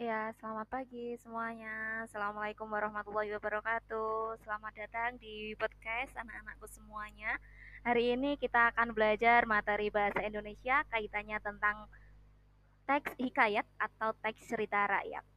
Ya, selamat pagi semuanya. Assalamualaikum warahmatullahi wabarakatuh. Selamat datang di podcast anak-anakku semuanya. Hari ini kita akan belajar materi bahasa Indonesia kaitannya tentang teks hikayat atau teks cerita rakyat.